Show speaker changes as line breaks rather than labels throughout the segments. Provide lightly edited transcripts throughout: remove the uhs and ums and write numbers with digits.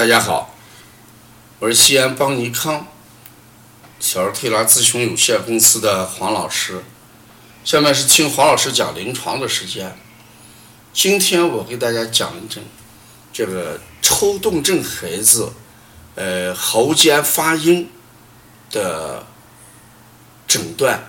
大家好，我是西安邦尼康小儿推拿咨询有限公司的黄老师。下面是听黄老师讲临床的时间。今天我给大家讲一讲这个抽动症孩子喉间发音的诊断。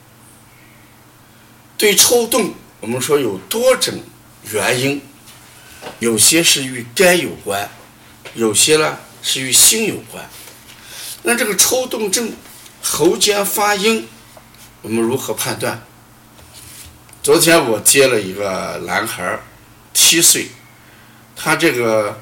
对抽动，我们说有多种原因，有些是与肝有关，有些呢是与心有关。那这个抽动症喉间发音我们如何判断？昨天我接了一个男孩7岁，他这个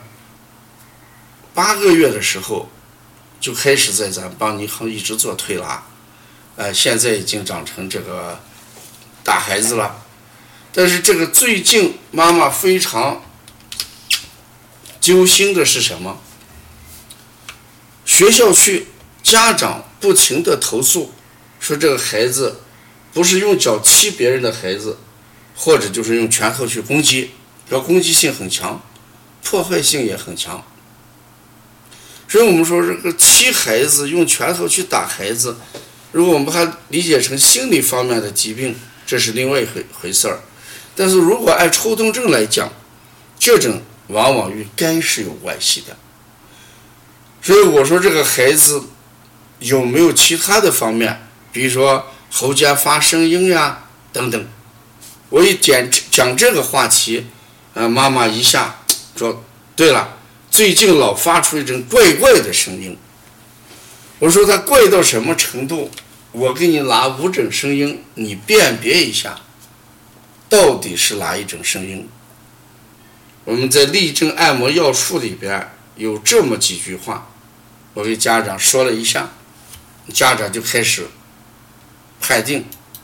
8个月的时候就开始在咱邦尼康一直做推拿，现在已经长成这个大孩子了。但是这个最近妈妈非常揪心的是什么？学校去家长不停的投诉，说这个孩子不是用脚踢别人的孩子，或者就是用拳头去攻击，要攻击性很强，破坏性也很强。所以我们说这个踢孩子，用拳头去打孩子，如果我们把它理解成心理方面的疾病，这是另外一回事儿。但是如果按抽动症来讲，这种往往与肝是有关系的。所以我说这个孩子有没有其他的方面，比如说喉间发声音呀等等。我一讲这个话题，妈妈一下说对了，最近老发出一种怪怪的声音。我说他怪到什么程度？我给你拿5种声音，你辨别一下到底是哪一种声音。我们在立正按摩要术里边有这么几句话，我给家长说了一下，家长就开始判定，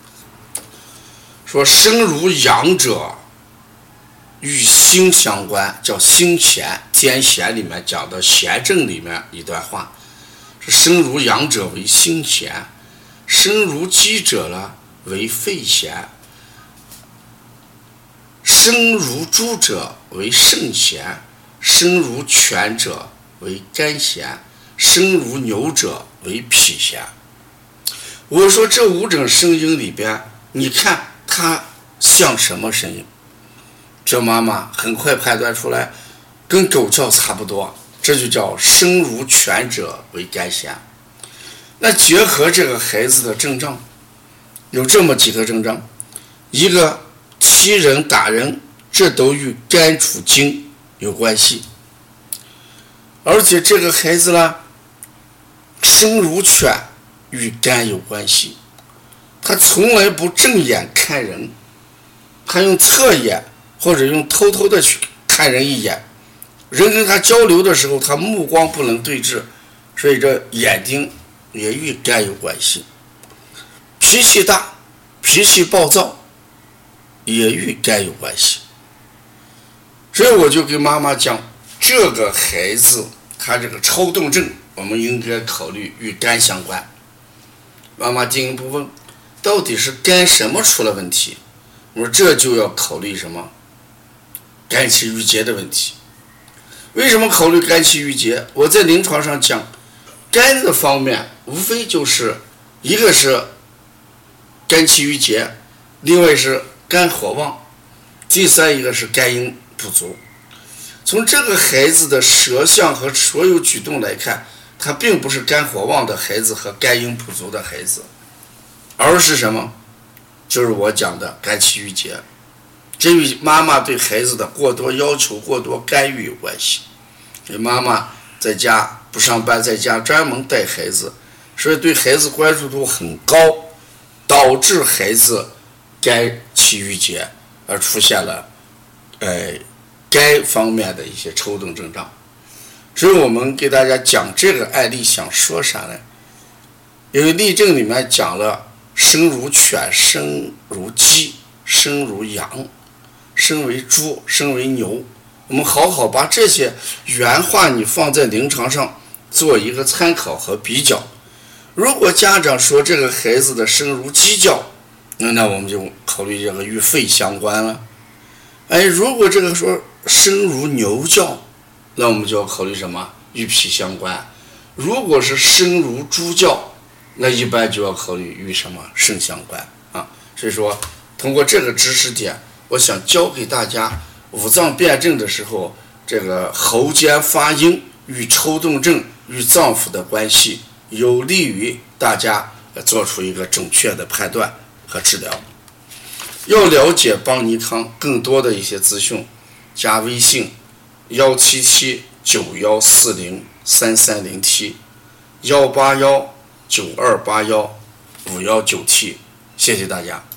说声如阳者与心相关，叫心弦，天弦里面讲的弦症里面一段话，是声如阳者为心弦，声如鸡者呢为肺弦，声如猪者为肾弦，声如犬者为肝弦，声如牛者为脾弦。我说这5种声音里边，你看它像什么声音？这妈妈很快判断出来，跟狗叫差不多，这就叫声如犬者为肝弦。那结合这个孩子的症状，有这么几个症状，一个踢人打人，这都与肝主筋有关系。而且这个孩子呢，声如犬与肝有关系，他从来不正眼看人，他用侧眼或者用偷偷的去看人一眼，人跟他交流的时候他目光不能对峙，所以这眼睛也与肝有关系。脾气大，脾气暴躁也与肝有关系。所以我就跟妈妈讲，这个孩子他这个抽动症我们应该考虑与肝相关。妈妈进一步问，到底是肝什么出了问题？我说这就要考虑什么？肝气郁结的问题。为什么考虑肝气郁结？我在临床上讲，肝的方面无非就是一个是肝气郁结，另外是肝火旺，第三一个是肝阴不足。从这个孩子的舌象和所有举动来看，他并不是肝火旺的孩子和肝阴不足的孩子，而是什么？就是我讲的肝气郁结。这与妈妈对孩子的过多要求、过多干预有关系。所以妈妈在家不上班，在家专门带孩子，所以对孩子关注度很高，导致孩子肝气郁结，而出现了肝方面的一些抽动症状。所以我们给大家讲这个案例想说啥呢？因为例证里面讲了声如犬，声如鸡，声如羊，声为猪，声为牛。我们好好把这些原话你放在临床上做一个参考和比较。如果家长说这个孩子的声如鸡叫，那我们就考虑这个与肺相关了。如果这个说声如牛叫， 那我们就要考虑什么？与脾相关。如果是声如猪叫，那一般就要考虑与什么？肾相关啊。所以说，通过这个知识点，我想教给大家五脏辩证的时候，这个喉间发音与抽动症与脏腑的关系，有利于大家做出一个正确的判断和治疗。要了解邦尼康更多的一些资讯，加微信17791403307，18192815197，谢谢大家。